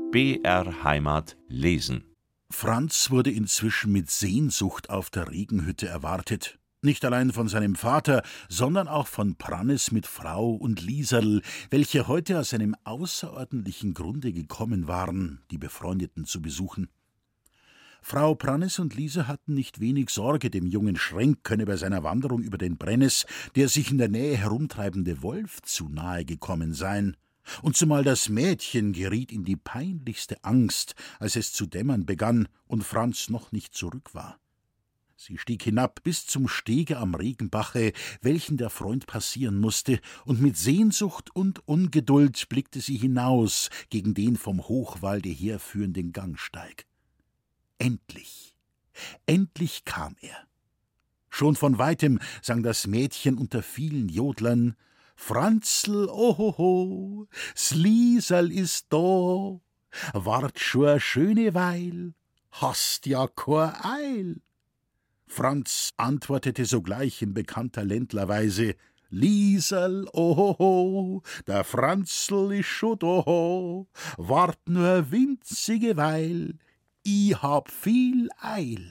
BR Heimat lesen. Franz wurde inzwischen mit Sehnsucht auf der Regenhütte erwartet. Nicht allein von seinem Vater, sondern auch von Prannes mit Frau und Lieserl, welche heute aus einem außerordentlichen Grunde gekommen waren, die Befreundeten zu besuchen. Frau Prannes und Liese hatten nicht wenig Sorge, dem jungen Schränk könne bei seiner Wanderung über den Brennes der sich in der Nähe herumtreibende Wolf zu nahe gekommen sein. Und zumal das Mädchen geriet in die peinlichste Angst, als es zu dämmern begann und Franz noch nicht zurück war. Sie stieg hinab bis zum Stege am Regenbache, welchen der Freund passieren musste, und mit Sehnsucht und Ungeduld blickte sie hinaus gegen den vom Hochwalde herführenden Gangsteig. Endlich kam er. Schon von weitem sang das Mädchen unter vielen Jodlern: »Franzl, ohoho, s Lieserl ist da, wart schon a schöne Weil, hast ja kein Eil.« Franz antwortete sogleich in bekannter Ländlerweise: »Lieserl, ohoho, der Franzl ist schon da, wart nur winzige Weil, I hab viel Eil.«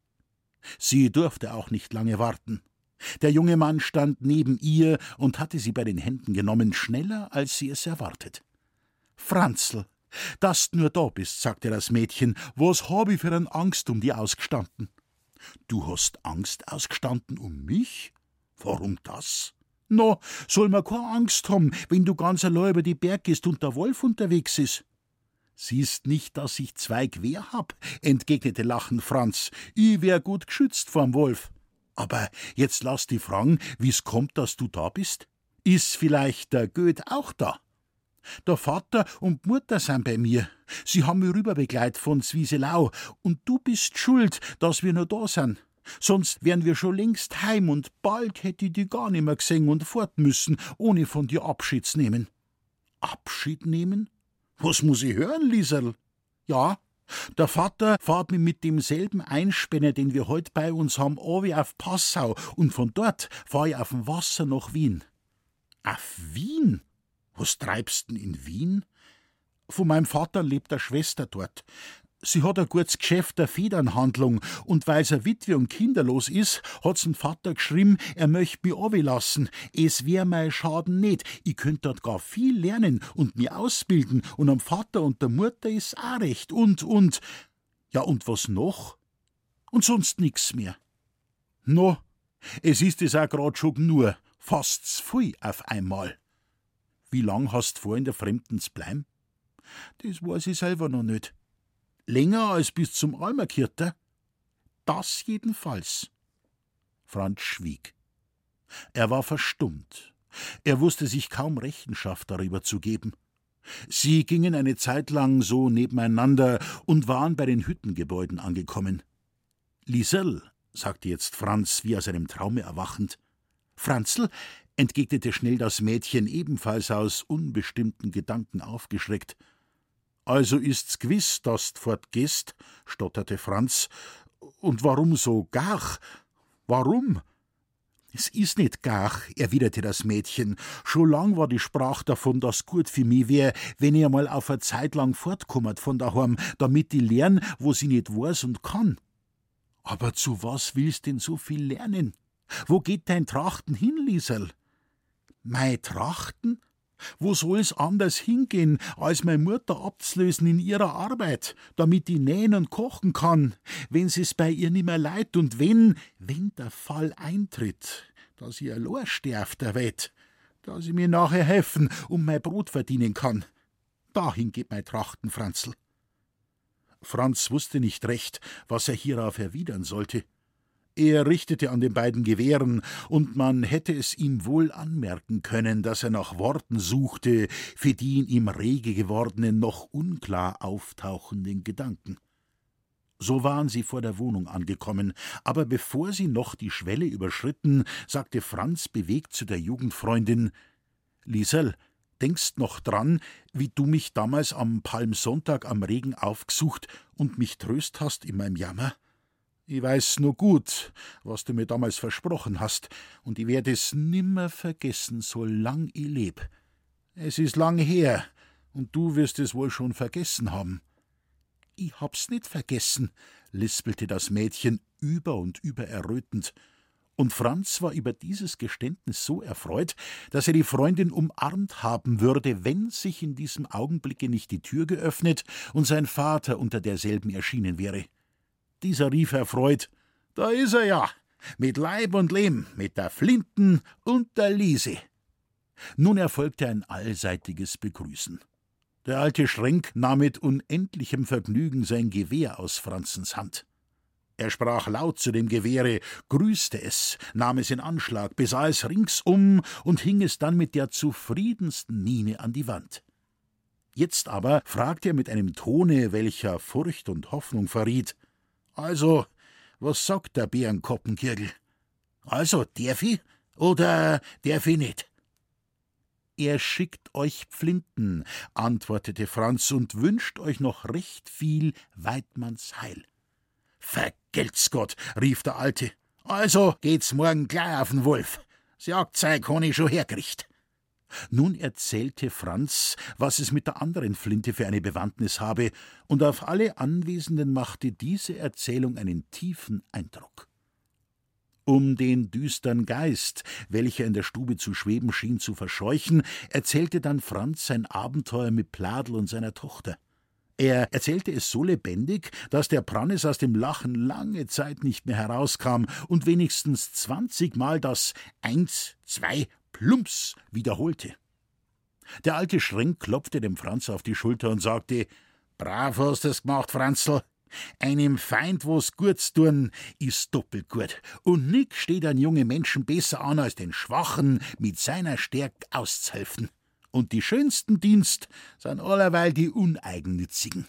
Sie durfte auch nicht lange warten. Der junge Mann stand neben ihr und hatte sie bei den Händen genommen, schneller, als sie es erwartet. »Franzl, dass du nur da bist«, sagte das Mädchen, »was hab ich für eine Angst um die ausgestanden?« »Du hast Angst ausgestanden um mich? Warum das?« »Na, soll man keine Angst haben, wenn du ganz allein über die Berg gehst und der Wolf unterwegs ist?« »Siehst nicht, dass ich 2 Gewehr hab«, entgegnete lachend Franz. »Ich wär gut geschützt vorm Wolf. Aber jetzt lass dich fragen, wie's kommt, dass du da bist? Ist vielleicht der Goeth auch da?« »Der Vater und Mutter sind bei mir. Sie haben mich rüberbegleitet von Zwieselau. Und du bist schuld, dass wir noch da sind. Sonst wären wir schon längst heim und bald hätte ich dich gar nimmer gesehen und fort müssen, ohne von dir Abschied zu nehmen.« »Abschied nehmen? Was muss ich hören, Lieserl?« »Ja, der Vater fährt mich mit demselben Einspänner, den wir heut bei uns haben, runter auf Passau, und von dort fahr ich auf dem Wasser nach Wien.« »Auf Wien? Was treibst denn in Wien?« »Von meinem Vater lebt eine Schwester dort. Sie hat ein gutes Geschäft der Federnhandlung, und weil sie Witwe und kinderlos ist, hat's dem Vater geschrieben, er möcht mich lassen. Es wär mein Schaden nicht. Ich könnt dort gar viel lernen und mich ausbilden, und am Vater und der Mutter ist auch recht. Und. Ja, und was noch? Und sonst nix mehr.« »No, es ist es auch grad schon nur, fast's viel auf einmal.« »Wie lang hast vor, in der Fremden zu bleiben?« »Das weiß ich selber noch nicht.« »Länger als bis zum Almerkirter?« »Das jedenfalls.« Franz schwieg. Er war verstummt. Er wusste sich kaum Rechenschaft darüber zu geben. Sie gingen eine Zeit lang so nebeneinander und waren bei den Hüttengebäuden angekommen. »Lieserl«, sagte jetzt Franz, wie aus einem Traume erwachend. »Franzl«, entgegnete schnell das Mädchen, ebenfalls aus unbestimmten Gedanken aufgeschreckt. »Also ist's gewiss, dass du fortgehst«, stotterte Franz. »Und warum so gar? Warum?« »Es ist nicht gar«, erwiderte das Mädchen. »Schon lang war die Sprach davon, dass gut für mich wär, wenn ich einmal auf eine Zeit lang fortkommert von daheim, damit ich lern, wo sie nicht weiß und kann.« »Aber zu was willst denn so viel lernen? Wo geht dein Trachten hin, Lieserl?« »Mei Trachten? Wo soll's anders hingehen, als meine Mutter abzulösen in ihrer Arbeit, damit ich nähen und kochen kann, wenn's es bei ihr nimmer leid und wenn der Fall eintritt, dass ich allein sterf der Welt, dass ich mir nachher helfen und mein Brot verdienen kann. Dahin geht mein Trachten, Franzl.« Franz wusste nicht recht, was er hierauf erwidern sollte. Er richtete an den beiden Gewehren, und man hätte es ihm wohl anmerken können, dass er nach Worten suchte für die in ihm rege gewordenen, noch unklar auftauchenden Gedanken. So waren sie vor der Wohnung angekommen, aber bevor sie noch die Schwelle überschritten, sagte Franz bewegt zu der Jugendfreundin: »Lieserl, denkst noch dran, wie du mich damals am Palmsonntag am Regen aufgesucht und mich tröst hast in meinem Jammer? Ich weiß nur gut, was du mir damals versprochen hast, und ich werde es nimmer vergessen, solang ich leb. Es ist lang her, und du wirst es wohl schon vergessen haben.« »Ich hab's nicht vergessen«, lispelte das Mädchen über und über errötend. Und Franz war über dieses Geständnis so erfreut, dass er die Freundin umarmt haben würde, wenn sich in diesem Augenblicke nicht die Tür geöffnet und sein Vater unter derselben erschienen wäre. Dieser rief erfreut: »Da ist er ja, mit Leib und Lehm, mit der Flinten und der Lise.« Nun erfolgte ein allseitiges Begrüßen. Der alte Schrenk nahm mit unendlichem Vergnügen sein Gewehr aus Franzens Hand. Er sprach laut zu dem Gewehre, grüßte es, nahm es in Anschlag, besah es ringsum und hing es dann mit der zufriedensten Miene an die Wand. Jetzt aber fragte er mit einem Tone, welcher Furcht und Hoffnung verriet: »Also, was sagt der Bärenkoppenkirgel? Also, darf ich oder darf ich nicht?« »Er schickt euch Pflinten«, antwortete Franz, »und wünscht euch noch recht viel Weidmannsheil.« »Vergelt's Gott«, rief der Alte, »also geht's morgen gleich auf den Wolf. Das Jagdzeug han ich schon herkriegt.« Nun erzählte Franz, was es mit der anderen Flinte für eine Bewandtnis habe, und auf alle Anwesenden machte diese Erzählung einen tiefen Eindruck. Um den düstern Geist, welcher in der Stube zu schweben schien, zu verscheuchen, erzählte dann Franz sein Abenteuer mit Pladl und seiner Tochter. Er erzählte es so lebendig, dass der Prannes aus dem Lachen lange Zeit nicht mehr herauskam und wenigstens 20-mal das 1, 2, Plumps wiederholte. Der alte Schrenk klopfte dem Franz auf die Schulter und sagte: »Brav hast du's gemacht, Franzl. Einem Feind was Gutes tun, ist doppelt gut. Und nix steht ein jungen Menschen besser an, als den Schwachen mit seiner Stärke auszuhelfen. Und die schönsten Dienst sind allerweil die uneigennützigen.«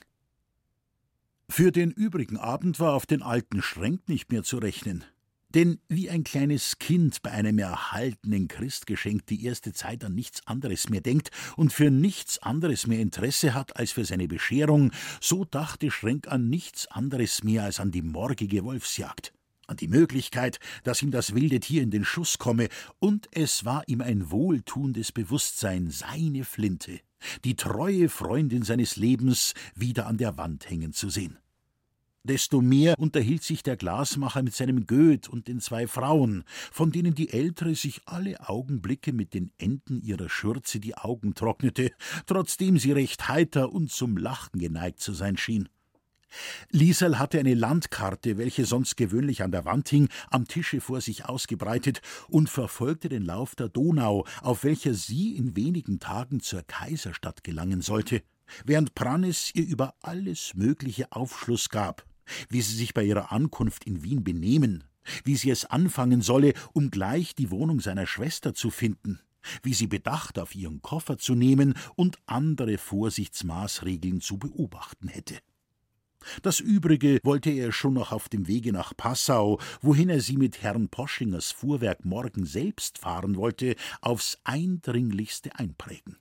Für den übrigen Abend war auf den alten Schrenk nicht mehr zu rechnen. Denn wie ein kleines Kind bei einem erhaltenen Christgeschenk die erste Zeit an nichts anderes mehr denkt und für nichts anderes mehr Interesse hat als für seine Bescherung, so dachte Schrenk an nichts anderes mehr als an die morgige Wolfsjagd, an die Möglichkeit, dass ihm das wilde Tier in den Schuss komme, und es war ihm ein wohltuendes Bewusstsein, seine Flinte, die treue Freundin seines Lebens, wieder an der Wand hängen zu sehen. Desto mehr unterhielt sich der Glasmacher mit seinem Göth und den 2 Frauen, von denen die ältere sich alle Augenblicke mit den Enden ihrer Schürze die Augen trocknete, trotzdem sie recht heiter und zum Lachen geneigt zu sein schien. Liesel hatte eine Landkarte, welche sonst gewöhnlich an der Wand hing, am Tische vor sich ausgebreitet und verfolgte den Lauf der Donau, auf welcher sie in wenigen Tagen zur Kaiserstadt gelangen sollte, während Prannes ihr über alles Mögliche Aufschluss gab, wie sie sich bei ihrer Ankunft in Wien benehmen, wie sie es anfangen solle, um gleich die Wohnung seiner Schwester zu finden, wie sie Bedacht auf ihren Koffer zu nehmen und andere Vorsichtsmaßregeln zu beobachten hätte. Das Übrige wollte er schon noch auf dem Wege nach Passau, wohin er sie mit Herrn Poschingers Fuhrwerk morgen selbst fahren wollte, aufs Eindringlichste einprägen.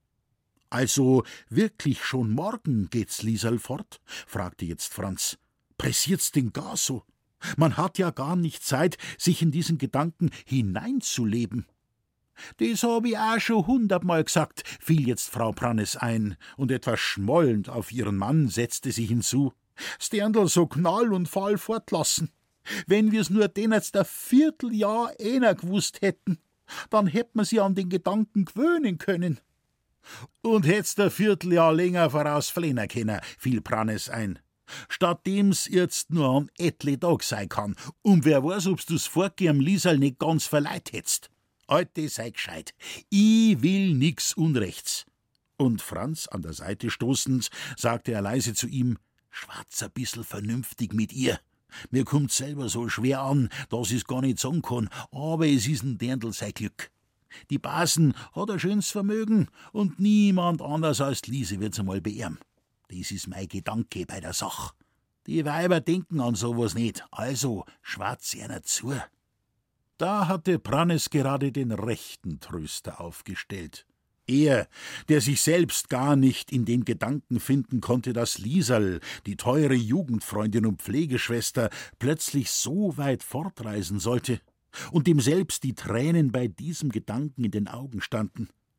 »Also wirklich schon morgen geht's Liesel fort?« fragte jetzt Franz. »Pressiert's denn gar so? Man hat ja gar nicht Zeit, sich in diesen Gedanken hineinzuleben.« »Das hab ich auch schon 100-mal gesagt«, fiel jetzt Frau Prannes ein, und etwas schmollend auf ihren Mann setzte sie hinzu: »Sterndl so knall und fall fortlassen. Wenn wir's nur den jetzt ein Vierteljahr eher gewusst hätten, dann hätt man sie an den Gedanken gewöhnen können.« »Und hätt's ein Vierteljahr länger voraus flehnen können«, fiel Prannes ein. »Stattdem's jetzt nur an etle Tag sein kann. Und wer weiß, ob's du's vorgeh'n Liesel nicht ganz verleiht hättst. Alte, sei gescheit. Ich will nix Unrechts.« Und Franz, an der Seite stoßend, sagte er leise zu ihm: »Schwatz ein bissel vernünftig mit ihr. Mir kommt's selber so schwer an, dass ich's gar nicht sagen kann, aber es ist ein Dirndl sein Glück. Die Basen hat ein schönes Vermögen und niemand anders als Liese wird's einmal beehren. Das ist mein Gedanke bei der Sach. Die Weiber denken an sowas nicht, also schwatz einer zu.« Da hatte Prannes gerade den rechten Tröster aufgestellt. Er, der sich selbst gar nicht in den Gedanken finden konnte, dass Lieserl, die teure Jugendfreundin und Pflegeschwester, plötzlich so weit fortreisen sollte, und dem selbst die Tränen bei diesem Gedanken in den Augen standen.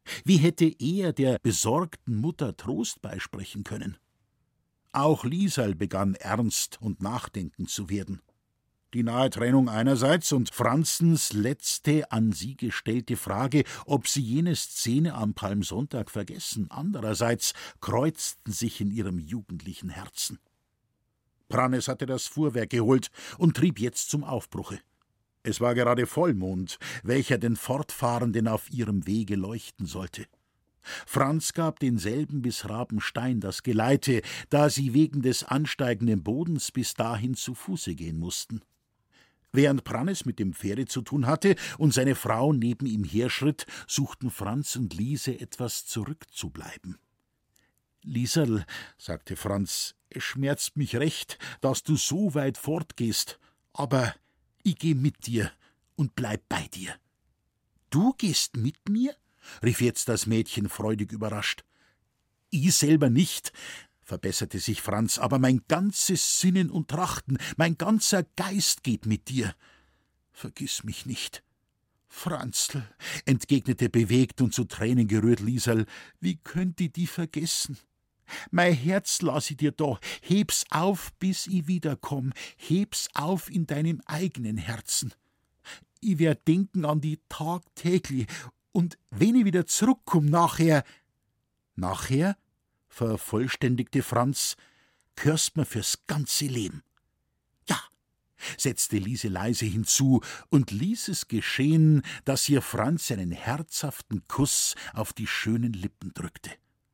Wie hätte er der besorgten Mutter Trost beisprechen können? Auch Lisal begann ernst und nachdenkend zu werden. Die nahe Trennung einerseits und Franzens letzte an sie gestellte Frage, ob sie jene Szene am Palmsonntag vergessen, andererseits kreuzten sich in ihrem jugendlichen Herzen. Prannes hatte das Fuhrwerk geholt und trieb jetzt zum Aufbruche. Es war gerade Vollmond, welcher den Fortfahrenden auf ihrem Wege leuchten sollte. Franz gab denselben bis Rabenstein das Geleite, da sie wegen des ansteigenden Bodens bis dahin zu Fuße gehen mussten. Während Prannes mit dem Pferde zu tun hatte und seine Frau neben ihm herschritt, suchten Franz und Lise etwas zurückzubleiben. »Liserl«, sagte Franz, »es schmerzt mich recht, dass du so weit fortgehst, aber ich geh mit dir und bleib bei dir.« »Du gehst mit mir?« rief jetzt das Mädchen freudig überrascht. »Ich selber nicht«, verbesserte sich Franz, »aber mein ganzes Sinnen und Trachten, mein ganzer Geist geht mit dir. Vergiss mich nicht.« »Franzl«, entgegnete bewegt und zu Tränen gerührt Liserl, »wie könnt ich die vergessen? Mein Herz lass ich dir da, heb's auf, bis ich wiederkomm, heb's auf in deinem eigenen Herzen. Ich werd denken an die tagtäglich, und wenn ich wieder zurückkomm nachher...« »Nachher«, vervollständigte Franz, »gehörst mir fürs ganze Leben.« »Ja«, setzte Lise leise hinzu und ließ es geschehen, dass ihr Franz einen herzhaften Kuss auf die schönen Lippen drückte.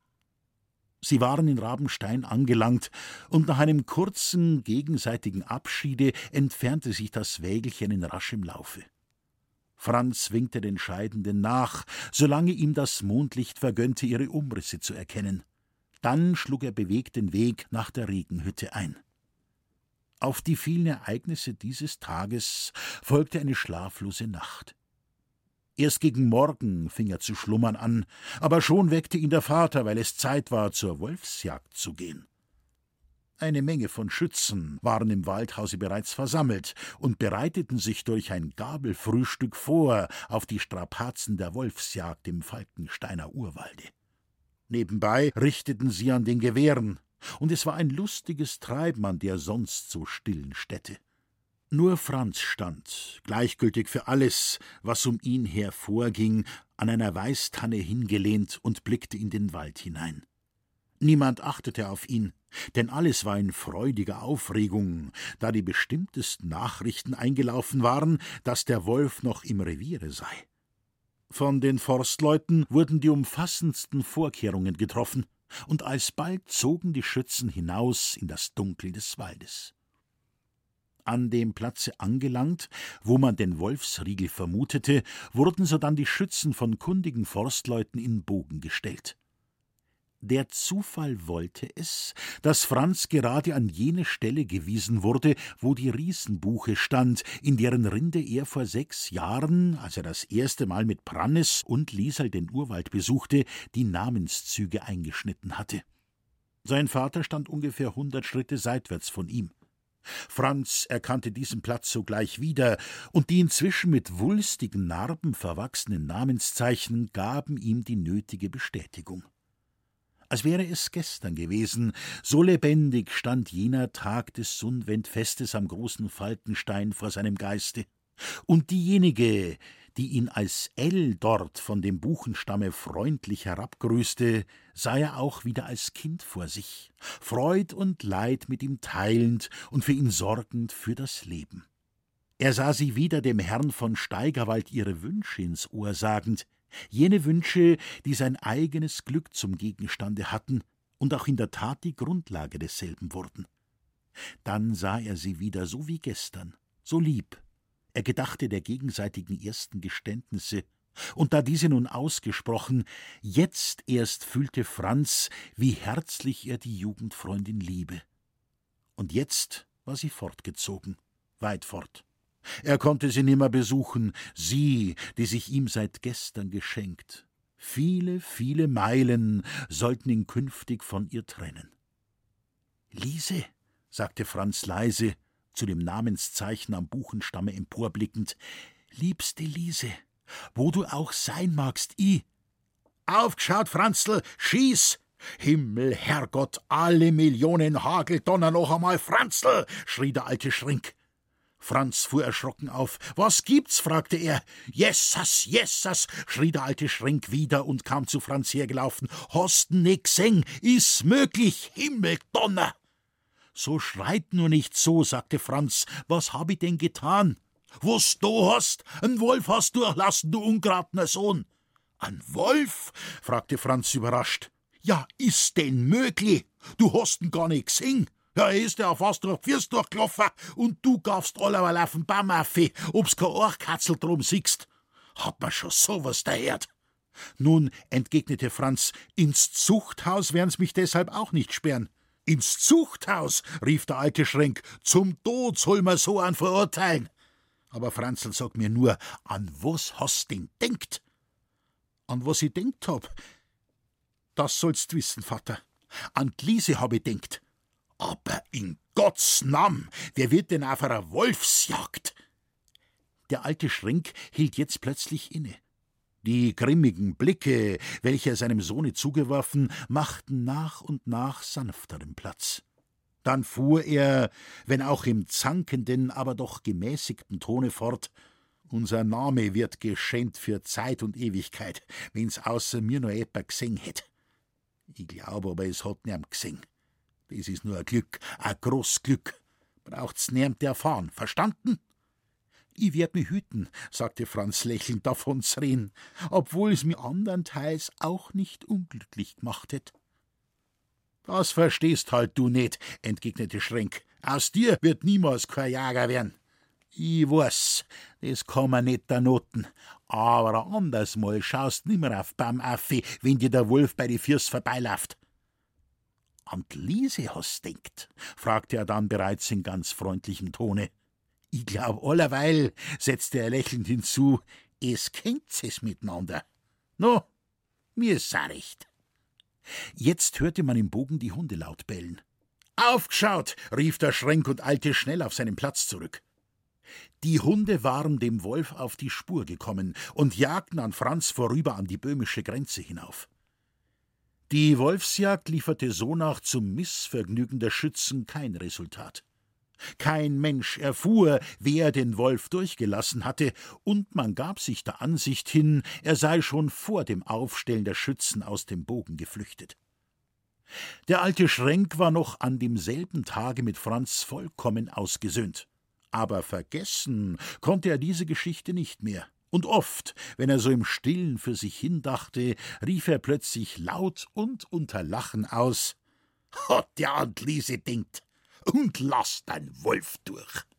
Sie waren in Rabenstein angelangt, und nach einem kurzen, gegenseitigen Abschiede entfernte sich das Wägelchen in raschem Laufe. Franz winkte den Scheidenden nach, solange ihm das Mondlicht vergönnte, ihre Umrisse zu erkennen. Dann schlug er bewegt den Weg nach der Regenhütte ein. Auf die vielen Ereignisse dieses Tages folgte eine schlaflose Nacht. Erst gegen Morgen fing er zu schlummern an, aber schon weckte ihn der Vater, weil es Zeit war, zur Wolfsjagd zu gehen. Eine Menge von Schützen waren im Waldhause bereits versammelt und bereiteten sich durch ein Gabelfrühstück vor auf die Strapazen der Wolfsjagd im Falkensteiner Urwalde. Nebenbei richteten sie an den Gewehren, und es war ein lustiges Treiben an der sonst so stillen Stätte. Nur Franz stand, gleichgültig für alles, was um ihn her vorging, an einer Weißtanne hingelehnt und blickte in den Wald hinein. Niemand achtete auf ihn, denn alles war in freudiger Aufregung, da die bestimmtesten Nachrichten eingelaufen waren, dass der Wolf noch im Reviere sei. Von den Forstleuten wurden die umfassendsten Vorkehrungen getroffen, und alsbald zogen die Schützen hinaus in das Dunkel des Waldes. An dem Platze angelangt, wo man den Wolfsriegel vermutete, wurden sodann die Schützen von kundigen Forstleuten in Bogen gestellt. Der Zufall wollte es, dass Franz gerade an jene Stelle gewiesen wurde, wo die Riesenbuche stand, in deren Rinde er vor 6 Jahren, als er das erste Mal mit Prannes und Liserl den Urwald besuchte, die Namenszüge eingeschnitten hatte. Sein Vater stand ungefähr 100 Schritte seitwärts von ihm. Franz erkannte diesen Platz sogleich wieder, und die inzwischen mit wulstigen Narben verwachsenen Namenszeichen gaben ihm die nötige Bestätigung. Als wäre es gestern gewesen, so lebendig stand jener Tag des Sundwendfestes am großen Falkenstein vor seinem Geiste. Und diejenige, die ihn als L dort von dem Buchenstamme freundlich herabgrüßte, sah er auch wieder als Kind vor sich, Freud und Leid mit ihm teilend und für ihn sorgend für das Leben. Er sah sie wieder dem Herrn von Steigerwald ihre Wünsche ins Ohr sagend, jene Wünsche, die sein eigenes Glück zum Gegenstande hatten und auch in der Tat die Grundlage desselben wurden. Dann sah er sie wieder so wie gestern, so lieb. Er gedachte der gegenseitigen ersten Geständnisse, und da diese nun ausgesprochen, jetzt erst fühlte Franz, wie herzlich er die Jugendfreundin liebe. Und jetzt war sie fortgezogen, weit fort. Er konnte sie nimmer besuchen, sie, die sich ihm seit gestern geschenkt. Viele, viele Meilen sollten ihn künftig von ihr trennen. »Lise«, sagte Franz leise, zu dem Namenszeichen am Buchenstamme emporblickend, »liebste Lise, wo du auch sein magst, Aufgeschaut, Franzl, schieß! Himmel, Herrgott, alle Millionen Hageldonner noch einmal, Franzl! Schrie der alte Schrink. Franz fuhr erschrocken auf. »Was gibt's?« fragte er. »Jessas, Jessas«, schrie der alte Schrink wieder und kam zu Franz hergelaufen. »Hast'n nicht gesehen? Ist möglich, Himmeldonner!« »So schreit nur nicht so«, sagte Franz. »Was hab ich denn getan?« »Was du hast? Ein Wolf hast du erlassen, du ungeratener Sohn!« »Ein Wolf?« fragte Franz überrascht. »Ja, ist denn möglich? Du hast ihn gar nicht gesehen. Ja, er ist ja fast durch die Füße durchgelaufen und du gabst allerweil auf den Baum auf, ob's kein Orchkatzel drum siehst. Hat man schon sowas gehört?« »Nun«, entgegnete Franz, »ins Zuchthaus werden's mich deshalb auch nicht sperren.« »Ins Zuchthaus«, rief der alte Schränk, »zum Tod soll man so einen verurteilen.« »Aber Franzl, sag mir nur, an was hast denn denkt?« »An was ich denkt hab? Das sollst wissen, Vater. An die Lise hab ich denkt.« »Aber in Gottes Namen, wer wird denn auf einer Wolfsjagd?« Der alte Schrink hielt jetzt plötzlich inne. Die grimmigen Blicke, welche er seinem Sohne zugeworfen, machten nach und nach sanfteren Platz. Dann fuhr er, wenn auch im zankenden, aber doch gemäßigten Tone fort: »Unser Name wird geschämt für Zeit und Ewigkeit, wenn's außer mir noch jemand gesehen hätt. Ich glaube aber, es hat niemand gesehen. Das ist nur ein Glück, ein groß Glück. Braucht's niemand erfahren, verstanden?« »Ich werd mich hüten«, sagte Franz lächelnd, »davon zu reden, obwohl es mir andernteils auch nicht unglücklich gemacht hätt.« »Das verstehst halt du nicht«, entgegnete Schränk. »Aus dir wird niemals kein Jäger werden.« »Ich weiß, das kann man nicht da noten, aber ein anderes Mal schaust nimmer auf Baum auf, wenn dir der Wolf bei die Fürs vorbeiläuft.« »An die Lise hast denkt?«, fragte er dann bereits in ganz freundlichem Tone. »Ich glaub allerweil«, setzte er lächelnd hinzu, »es kennt's es miteinander. No, mir ist's auch recht.« Jetzt hörte man im Bogen die Hunde laut bellen. »Aufgeschaut«, rief der Schränk und eilte schnell auf seinen Platz zurück. Die Hunde waren dem Wolf auf die Spur gekommen und jagten an Franz vorüber an die böhmische Grenze hinauf. Die Wolfsjagd lieferte sonach zum Missvergnügen der Schützen kein Resultat. Kein Mensch erfuhr, wer den Wolf durchgelassen hatte, und man gab sich der Ansicht hin, er sei schon vor dem Aufstellen der Schützen aus dem Bogen geflüchtet. Der alte Schränk war noch an demselben Tage mit Franz vollkommen ausgesöhnt. Aber vergessen konnte er diese Geschichte nicht mehr. Und oft, wenn er so im Stillen für sich hindachte, rief er plötzlich laut und unter Lachen aus: »Hat der an die Lise denkt und lasst ein Wolf durch!«